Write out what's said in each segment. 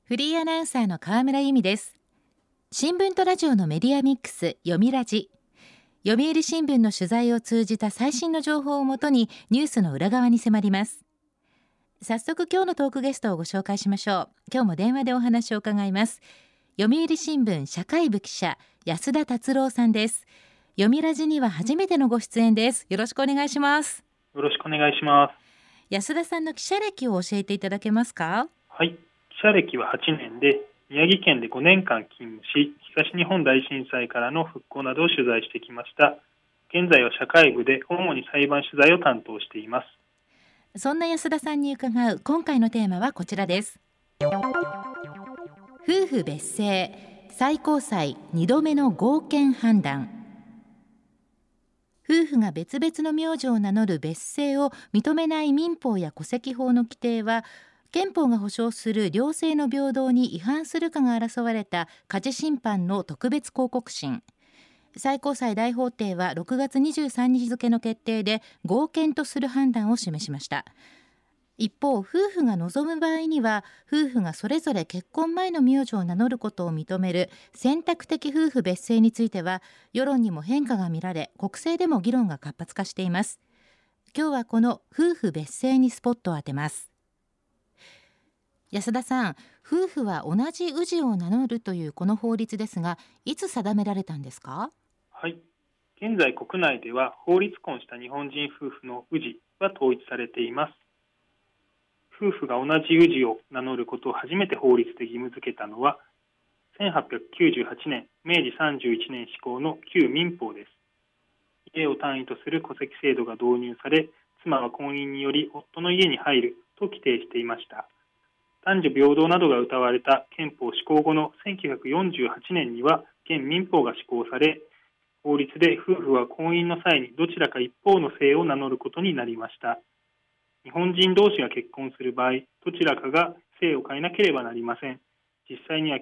フリーアナウンサーの河村由美です。新聞とラジオのメディアミックス、読みラジ。読売新聞の取材を通じた最新の情報をもとにニュースの裏側に迫ります。早速今日のトークゲストをご紹介しましょう。今日も電話でお話を伺います。読売新聞社会部記者安田達郎さんです。読みラジには初めてのご出演です。よろしくお願いします。 よろしくお願いします。 安田さんの記者歴を教えていただけますか？ はい、記者歴は8年で、宮城県で5年間勤務し、東日本大震災からの復興などを取材してきました。現在は社会部で主に裁判取材を担当しています。 そんな安田さんに伺う今回のテーマはこちらです。夫婦別姓、最高裁2度目の合憲判断。夫婦が別々の名字を名乗る別姓を認めない民法や戸籍法の規定は、憲法が保障する両性の平等に違反するかが争われた家事審判の特別抗告審。最高裁大法廷は6月23日付の決定で合憲とする判断を示しました。一方、夫婦が望む場合には、夫婦がそれぞれ結婚前の名字を名乗ることを認める選択的夫婦別姓については、世論にも変化が見られ、国政でも議論が活発化しています。今日はこの夫婦別姓にスポットを当てます。安田さん、夫婦は同じ氏を名乗るというこの法律ですが、いつ定められたんですか？ はい、現在国内では法律婚した日本人夫婦の氏は統一されています。夫婦が同じ氏を名乗ることを初めて法律で義務付けたのは1898年明治31年施行の旧民法です。家を単位とする戸籍制度が導入され、妻は婚姻により夫の家に入ると規定していました。男女平等などが謳われた憲法施行後の1948年には現民法が施行され、法律で夫婦は婚姻の際にどちらか一方の姓を名乗ることになりました。日本人同士が結婚する場合、どちらかが姓を変えなければなりません。実際には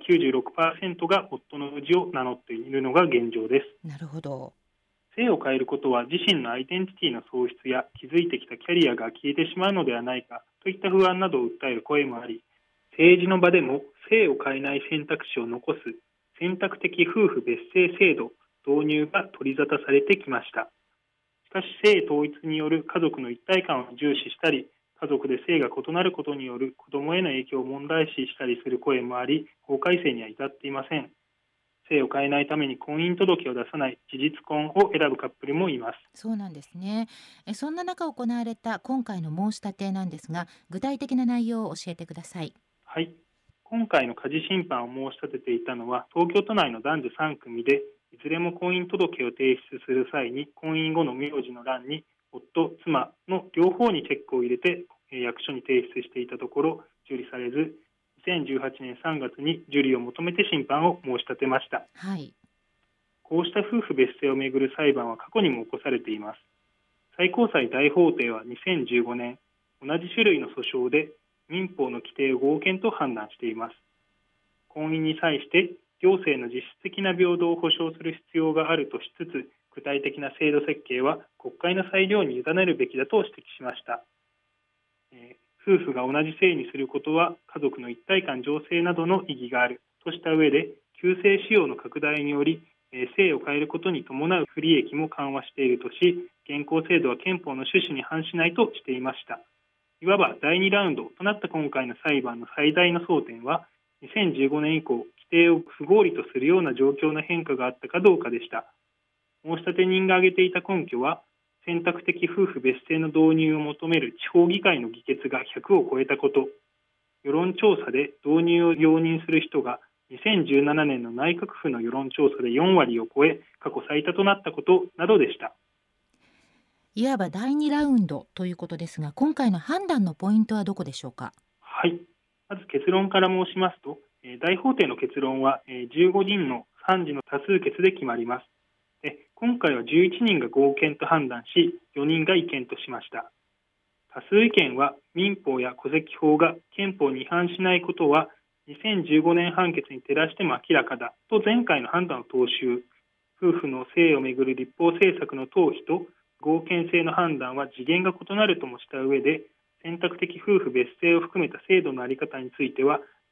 96% が夫の氏を名乗っているのが現状です。 なるほど。 姓を変えることは自身のアイデンティティの喪失や築いてきたキャリアが消えてしまうのではないかといった不安などを訴える声もあり、政治の場でも姓を変えない選択肢を残す選択的夫婦別姓制度導入が取り沙汰されてきました。しかし姓統一による家族の一体感を重視したり、家族で姓が異なることによる子どもへの影響を問題視したりする声もあり、法改正には至っていません。姓を変えないために婚姻届を出さない事実婚を選ぶカップルもいます。 そうなんですね。そんな中行われた今回の申し立てなんですが、具体的な内容を教えてください。 はい、今回の家事審判を申し立てていたのは東京都内の男女3組で、いずれも婚姻届を提出する際に婚姻後の名字の欄に夫、妻の両方にチェックを入れて役所に提出していたところ受理されず、2018年3月に受理を求めて審判を申し立てました。 はい、 こうした夫婦別姓をめぐる裁判は過去にも起こされています。最高裁大法廷は2015年、同じ種類の訴訟で民法の規定を合憲と判断しています。婚姻に際して行政の実質的な平等を保障する必要があるとしつつ、具体的な制度設計は国会の裁量に委ねるべきだと指摘しました。夫婦が同じ姓にすることは家族の一体感醸成などの意義があるとした上で、旧姓使用の拡大により姓を変えることに伴う不利益も緩和しているとし、現行制度は憲法の趣旨に反しないとしていました。いわば第2ラウンドとなった今回の裁判の最大の争点は、2015年以降規定を不合理とするような状況の変化があったかどうかでした。申立人が挙げていた根拠は、選択的夫婦別姓の導入を求める地方議会の議決が100を超えたこと、世論調査で導入を容認する人が2017年の内閣府の世論調査で4割を超え、過去最多となったことなどでした。 いわば第2ラウンドということですが、今回の判断のポイントはどこでしょうか？ はい、まず結論から申しますと、大法廷の結論は15人の賛辞の多数決で決まります。今回は11人が合憲と判断し、4人が違憲としました。多数意見は、民法や戸籍法が憲法に違反しないことは2015年判決に照らしても明らかだと前回の判断を踏襲。夫婦の姓をめぐる立法政策の逃避と合憲性の判断は次元が異なるともした上で、選択的夫婦別姓を含めた制度の在り方については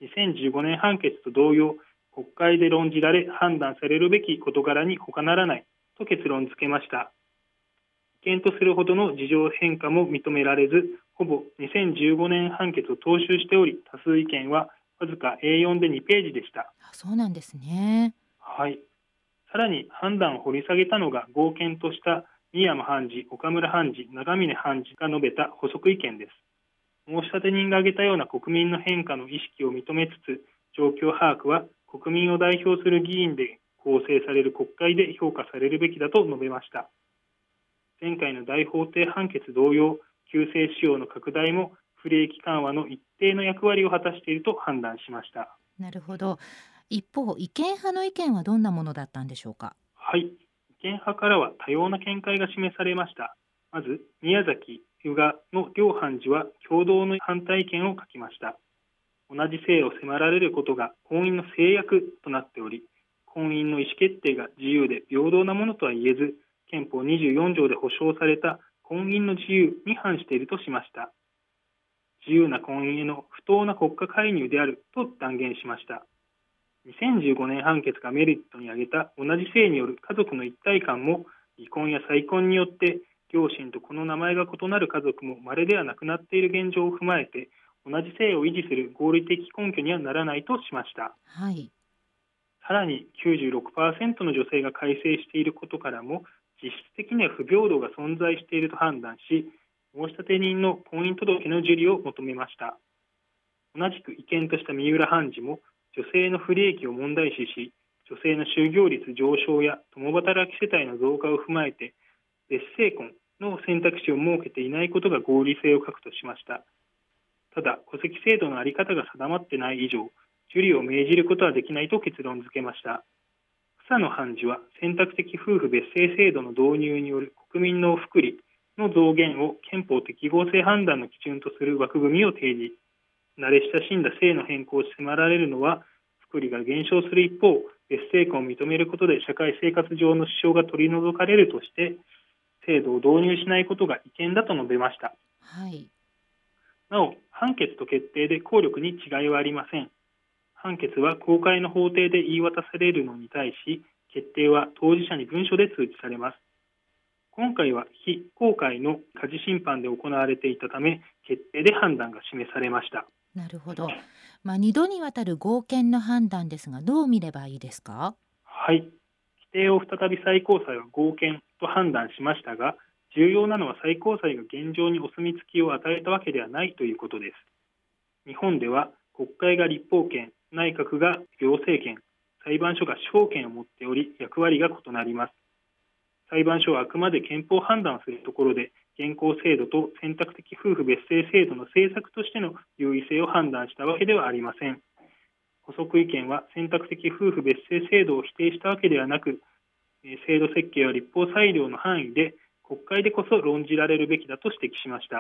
2015年判決と同様、国会で論じられ判断されるべき事柄に他ならないと結論付けました。違憲とするほどの事情変化も認められず、ほぼ2015年判決を踏襲しており、多数意見はわずか A4 で2ページでした。 そうなんですね。 はい。さらに判断を掘り下げたのが合憲とした深山判事、岡村判事、長峰判事が述べた補足意見です。申立人が挙げたような国民の変化の意識を認めつつ、状況把握は国民を代表する議員で構成される国会で評価されるべきだと述べました。前回の大法廷判決同様、旧制使用の拡大も不利益緩和の一定の役割を果たしていると判断しました。 なるほど。一方、違憲派の意見はどんなものだったんでしょうか。 はい。違憲派からは多様な見解が示されました。まず、宮崎、宇賀の両判事は共同の反対意見を書きました。同じ性を迫られることが婚姻の制約となっており、婚姻の意思決定が自由で平等なものとは言えず、憲法24条で保障された婚姻の自由に反しているとしました。自由な婚姻への不当な国家介入であると断言しました。2015年判決がメリットに挙げた同じ性による家族の一体感も、離婚や再婚によって両親と子の名前が異なる家族も稀ではなくなっている現状を踏まえて、同じ性を維持する合理的根拠にはならないとしました。 はい。 さらに 96% の女性が改正していることからも、実質的には不平等が存在していると判断し、申立人の婚姻届の受理を求めました。同じく違憲とした三浦判事も、女性の不利益を問題視し、女性の就業率上昇や共働き世帯の増加を踏まえて、別姓婚の選択肢を設けていないことが合理性を欠くとしました。ただ、戸籍制度の在り方が定まってない以上、受理を命じることはできないと結論付けました。草野判事は、選択的夫婦別姓制度の導入による国民の福利の増減を憲法適合性判断の基準とする枠組みを提示。慣れ親しんだ性の変更を迫られるのは、福利が減少する一方、別姓婚を認めることで社会生活上の支障が取り除かれるとして、制度を導入しないことが違憲だと述べました。 はい。 なお、判決と決定で効力に違いはありません。判決は公開の法廷で言い渡されるのに対し、決定は当事者に文書で通知されます。今回は非公開の家事審判で行われていたため、決定で判断が示されました。 なるほど。2度にわたる合憲の判断ですが、どう見ればいいですか。 はい。規定を再び最高裁は合憲と判断しましたが、重要なのは最高裁が現状にお墨付きを与えたわけではないということです。日本では国会が立法権、内閣が行政権、裁判所が司法権を持っており、役割が異なります。裁判所はあくまで憲法判断をするところで、現行制度と選択的夫婦別姓制度の政策としての優位性を判断したわけではありません。補足意見は選択的夫婦別姓制度を否定したわけではなく、制度設計は立法裁量の範囲で国会でこそ論じられるべきだと指摘しました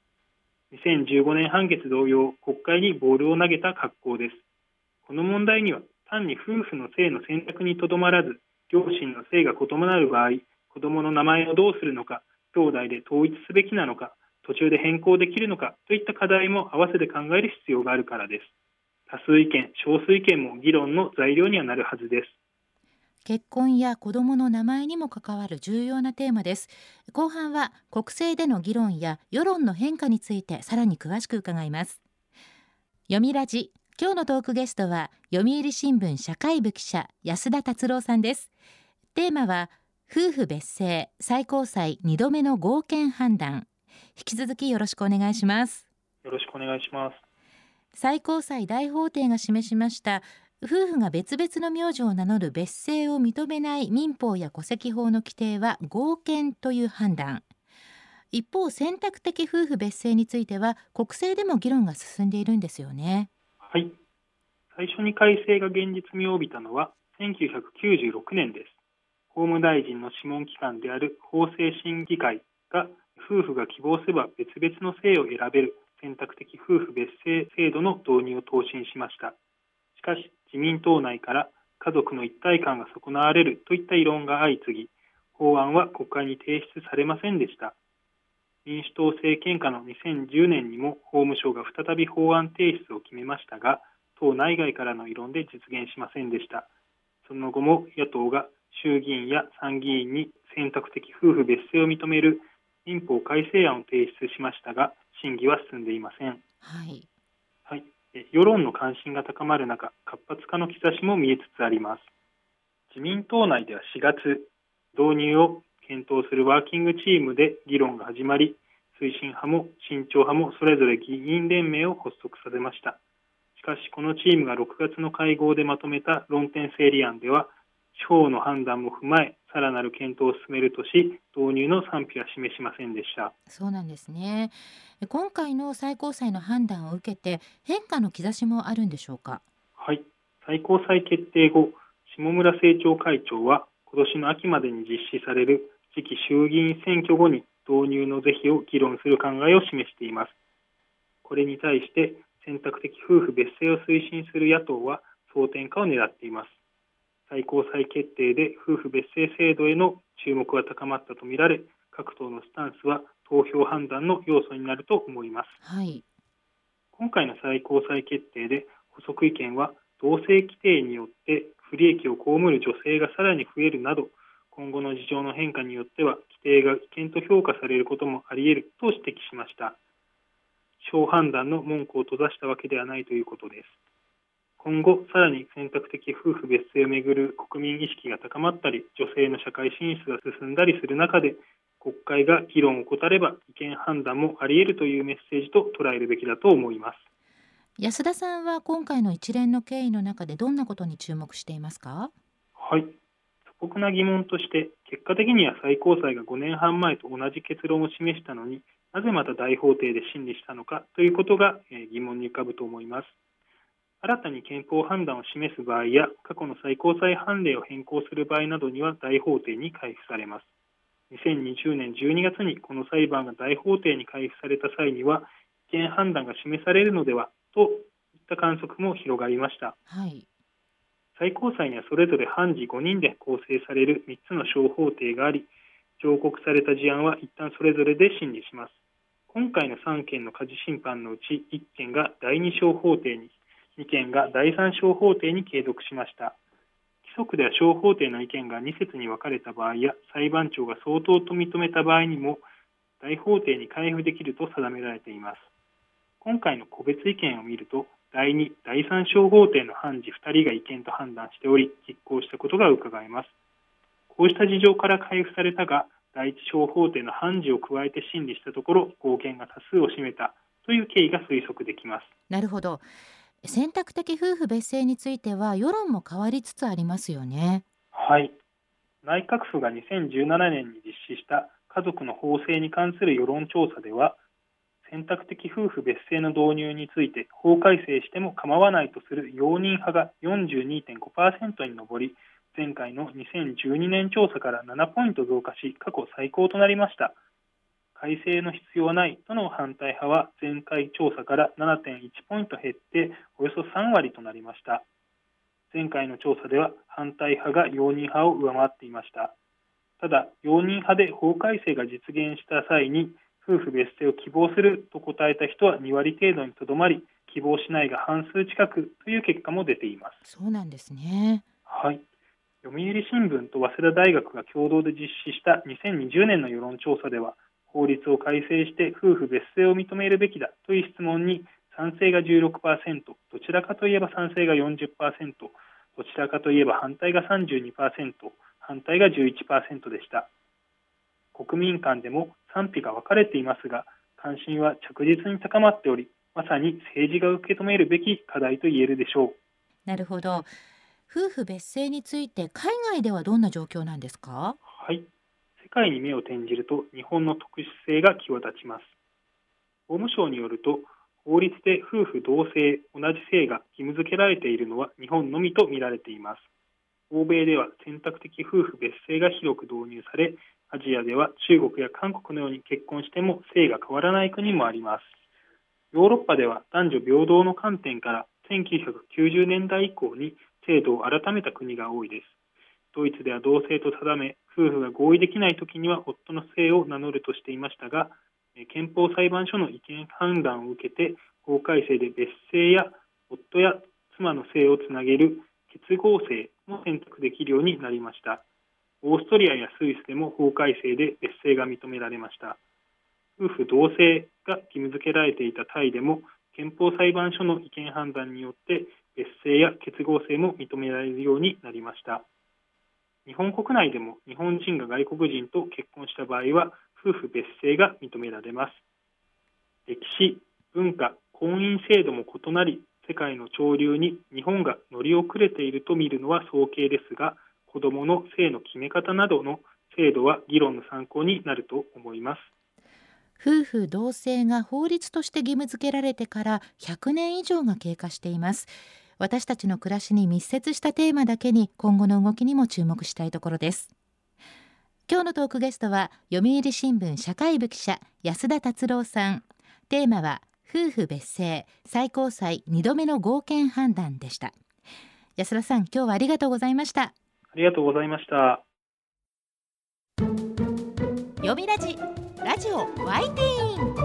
。2015年判決同様、国会にボールを投げた格好です。この問題には単に夫婦の姓の選択にとどまらず、両親の姓が異なる場合、子供の名前をどうするのか、兄弟で統一すべきなのか、途中で変更できるのかといった課題も合わせて考える必要があるからです。多数意見、少数意見も議論の材料にはなるはずです。 結婚や子どもの名前にも関わる重要なテーマです。後半は国政での議論や世論の変化についてさらに詳しく伺います。読みラジ、今日のトークゲストは読売新聞社会部記者安田達郎さんです。テーマは夫婦別姓、最高裁2度目の合憲判断。引き続きよろしくお願いします。 よろしくお願いします。 最高裁大法廷が示しました夫婦が別々の名字を名乗る別姓を認めない民法や戸籍法の規定は合憲という判断。一方、選択的夫婦別姓については国政でも議論が進んでいるんですよね。 はい。最初に改正が現実味を帯びたのは1996年です。法務大臣の諮問機関である法制審議会が、夫婦が希望すれば別々の姓を選べる選択的夫婦別姓制度の導入を答申しました。しかし自民党内から家族の一体感が損なわれるといった異論が相次ぎ、法案は国会に提出されませんでした。民主党政権下の2010年にも法務省が再び法案提出を決めましたが、 党内外からの異論で実現しませんでした。その後も野党が衆議院や参議院に選択的夫婦別姓を認める民法改正案を提出しましたが、審議は進んでいません。 はい。 はい、世論の関心が高まる中、活発化の兆しも見えつつあります。自民党内では4月、導入を検討するワーキングチームで議論が始まり、推進派も慎重派もそれぞれ議員連盟を発足させました。しかし、このチームが6月の会合でまとめた論点整理案では、司法の判断も踏まえ、さらなる検討を進めるとし、導入の賛否は示しませんでした。 そうなんですね。今回の最高裁の判断を受けて変化の兆しもあるんでしょうか。 はい、最高裁決定後、下村政調会長は、今年の秋までに実施される次期衆議院選挙後に導入の是非を議論する考えを示しています。これに対して選択的夫婦別姓を推進する野党は争点化を狙っています。最高裁決定で夫婦別姓制度への注目は高まったとみられ、各党のスタンスは投票判断の要素になると思います。 はい。 今回の最高裁決定で補足意見は、同性規定によって不利益を被る女性がさらに増えるなど、今後の事情の変化によっては規定が違憲と評価されることもあり得ると指摘しました。司法判断の門戸を閉ざしたわけではないということです。今後、さらに選択的夫婦別姓をめぐる国民意識が高まったり、女性の社会進出が進んだりする中で、国会が議論を怠れば違憲判断もあり得るというメッセージと捉えるべきだと思います。 安田さんは今回の一連の経緯の中でどんなことに注目していますか。 はい、素朴な疑問として、結果的には最高裁が5年半前と同じ結論を示したのに、なぜまた大法廷で審理したのかということが疑問に浮かぶと思います。新たに憲法判断を示す場合や、過去の最高裁判例を変更する場合などには大法廷に回付されます。2020年12月にこの裁判が大法廷に回付された際には、違憲判断が示されるのではといった観測も広がりました。 はい。 最高裁にはそれぞれ判事5人で構成される3つの小法廷があり、上告された事案は一旦それぞれで審理します。今回の3件の家事審判のうち1件が第2小法廷に、2件が第3小法廷に継続しました。規則では小法廷の意見が2節に分かれた場合や、裁判長が相当と認めた場合にも大法廷に回付できると定められています。今回の個別意見を見ると、第2、第3小法廷の判事2人が違憲と判断しており、実行したことが伺えます。こうした事情から回付されたが、第一小法廷の判事を加えて審理したところ、合憲が多数を占めたという経緯が推測できます。 なるほど。選択的夫婦別姓については世論も変わりつつありますよね。 はい。内閣府が2017年に実施した家族の法制に関する世論調査では、選択的夫婦別姓の導入について法改正しても構わないとする容認派が 42.5% に上り、前回の2012年調査から7ポイント増加し、過去最高となりました。改正の必要はないとの反対派は前回調査から 7.1 ポイント減っておよそ3割となりました。前回の調査では反対派が容認派を上回っていました。ただ、容認派で法改正が実現した際に夫婦別姓を希望すると答えた人は2割程度にとどまり、希望しないが半数近くという結果も出ています。 そうなんですね。 はい。読売新聞と早稲田大学が共同で実施した2020年の世論調査では、法律を改正して夫婦別姓を認めるべきだという質問に賛成が 16%、どちらかといえば賛成が 40%、どちらかといえば反対が 32%、反対が 11% でした。国民間でも賛否が分かれていますが、関心は着実に高まっており、まさに政治が受け止めるべき課題と言えるでしょう。 なるほど。夫婦別姓について海外ではどんな状況なんですか。 はい。世界に目を転じると日本の特殊性が際立ちます。法務省によると、法律で夫婦同姓、同じ姓が義務付けられているのは日本のみと見られています。欧米では選択的夫婦別姓が広く導入され、アジアでは中国や韓国のように結婚しても姓が変わらない国もあります。ヨーロッパでは男女平等の観点から1990年代以降に制度を改めた国が多いです。ドイツでは同姓と定め、夫婦が合意できないときには夫の姓を名乗るとしていましたが、憲法裁判所の違憲判断を受けて、法改正で別姓や夫や妻の姓をつなげる結合姓も選択できるようになりました。オーストリアやスイスでも法改正で別姓が認められました。夫婦同姓が義務付けられていたタイでも憲法裁判所の違憲判断によって別姓や結合姓も認められるようになりました。日本国内でも日本人が外国人と結婚した場合は夫婦別姓が認められます。歴史、文化、婚姻制度も異なり、世界の潮流に日本が乗り遅れていると見るのは早計ですが、子どもの姓の決め方などの制度は議論の参考になると思います。 夫婦同姓が法律として義務付けられてから100年以上が経過しています。私たちの暮らしに密接したテーマだけに今後の動きにも注目したいところです。今日のトークゲストは読売新聞社会部記者安田達郎さん。テーマは夫婦別姓、最高裁2度目の合憲判断でした。安田さん、今日はありがとうございました。 ありがとうございました。 読みラジオワイティーン。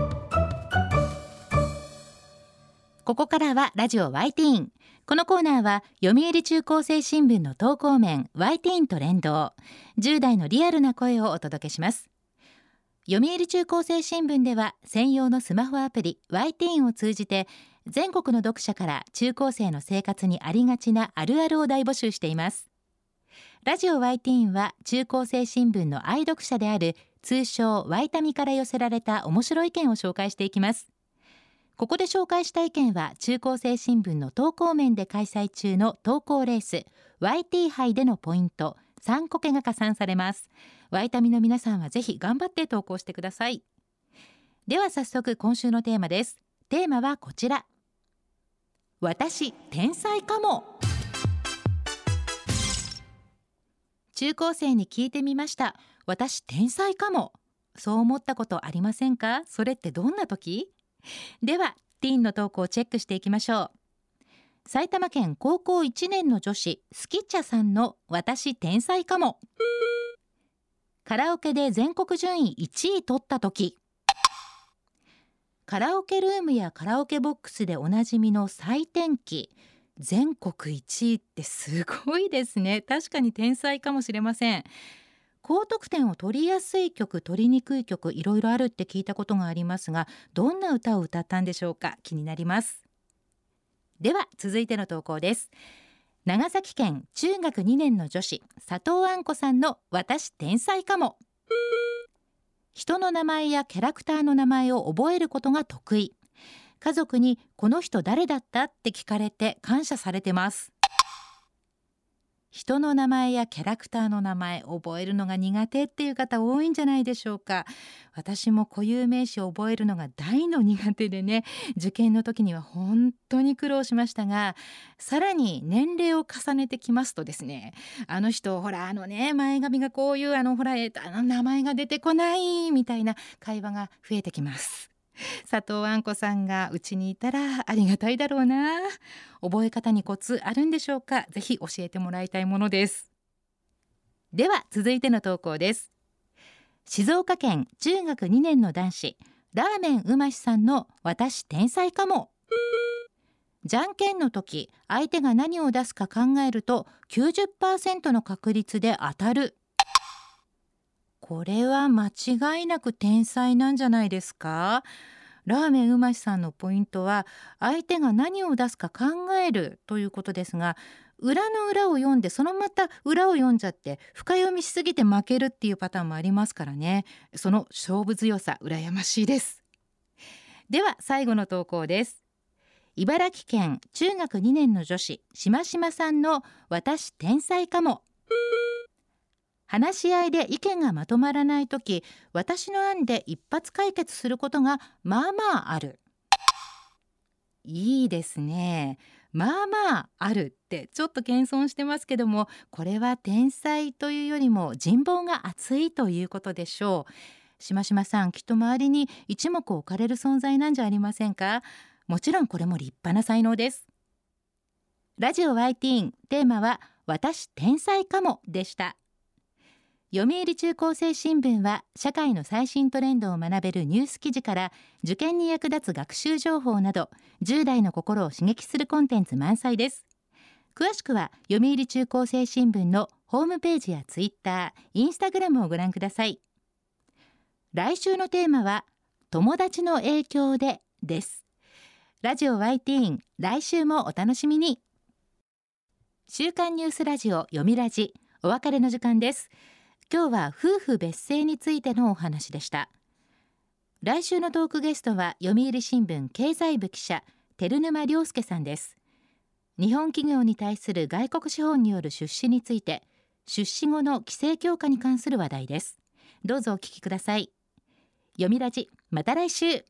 ここからはラジオワイティーン。このコーナーは読売中高生新聞の投稿面ワイティーンと連動、10代のリアルな声をお届けします。読売中高生新聞では専用のスマホアプリワイティーンを通じて全国の読者から中高生の生活にありがちなあるあるを大募集しています。ラジオワイティーンは中高生新聞の愛読者である通称ワイタミから寄せられた面白い意見を紹介していきます。ここで紹介した意見は中高生新聞の投稿面で開催中の投稿レースワイティー杯でのポイント3個けが加算されます。ワイタミの皆さんはぜひ頑張って投稿してください。では早速今週のテーマです。テーマはこちら。私天才かも。中高生に聞いてみました。私天才かも。そう思ったことありませんか？それってどんな時？ではティーンの投稿をチェックしていきましょう。埼玉県高校1年の女子スキッチャさんの私天才かも。カラオケで全国順位1位取った時。カラオケルームやカラオケボックスでおなじみの採点機全国1位ってすごいですね。確かに天才かもしれません。高得点を取りやすい曲、取りにくい曲、いろいろあるって聞いたことがありますが、どんな歌を歌ったんでしょうか？気になります。では続いての投稿です。長崎県中学2年の女子佐藤杏子さんの私天才かも。人の名前やキャラクターの名前を覚えることが得意。家族にこの人誰だったって聞かれて感謝されてます。人の名前やキャラクターの名前覚えるのが苦手っていう方多いんじゃないでしょうか。私も固有名詞を覚えるのが大の苦手でね、受験の時には本当に苦労しましたが、さらに年齢を重ねてきますとですね、あの人ほら前髪がこういうほら名前が出てこないみたいな会話が増えてきます。佐藤杏子さんがうちにいたらありがたいだろうな。覚え方にコツあるんでしょうか？ぜひ教えてもらいたいものです。では続いての投稿です。静岡県中学2年の男子ラーメンうましさんの私天才かも。じゃんけんの時相手が何を出すか考えると 90% の確率で当たる。これは間違いなく天才なんじゃないですか？ラーメンうましさんのポイントは相手が何を出すか考えるということですが、裏の裏を読んでそのまた裏を読んじゃって深読みしすぎて負けるっていうパターンもありますからね。その勝負強さ羨ましいです。では最後の投稿です。茨城県中学2年の女子しましまさんの私天才かも。話し合いで意見がまとまらないとき、私の案で一発解決することがまあまあある。いいですね。まあまああるってちょっと謙遜してますけども、これは天才というよりも人望が厚いということでしょう。しましまさん、きっと周りに一目置かれる存在なんじゃありませんか？もちろんこれも立派な才能です。ラジオワイティーン、テーマは私天才かもでした。 読売中高生新聞は社会の最新トレンドを学べるニュース記事から受験に役立つ学習情報など10代の心を刺激するコンテンツ満載です。詳しくは読売中高生新聞のホームページやツイッター、インスタグラムをご覧ください。来週のテーマは友達の影響でです。ラジオ Y ティーン、来週もお楽しみに。週刊ニュースラジオ読みラジ、お別れの時間です。今日は夫婦別姓についてのお話でした。来週のトークゲストは読売新聞経済部記者照沼亮介さんです。日本企業に対する外国資本による出資について、出資後の規制強化に関する話題です。どうぞお聞きください。読みラジ、また来週。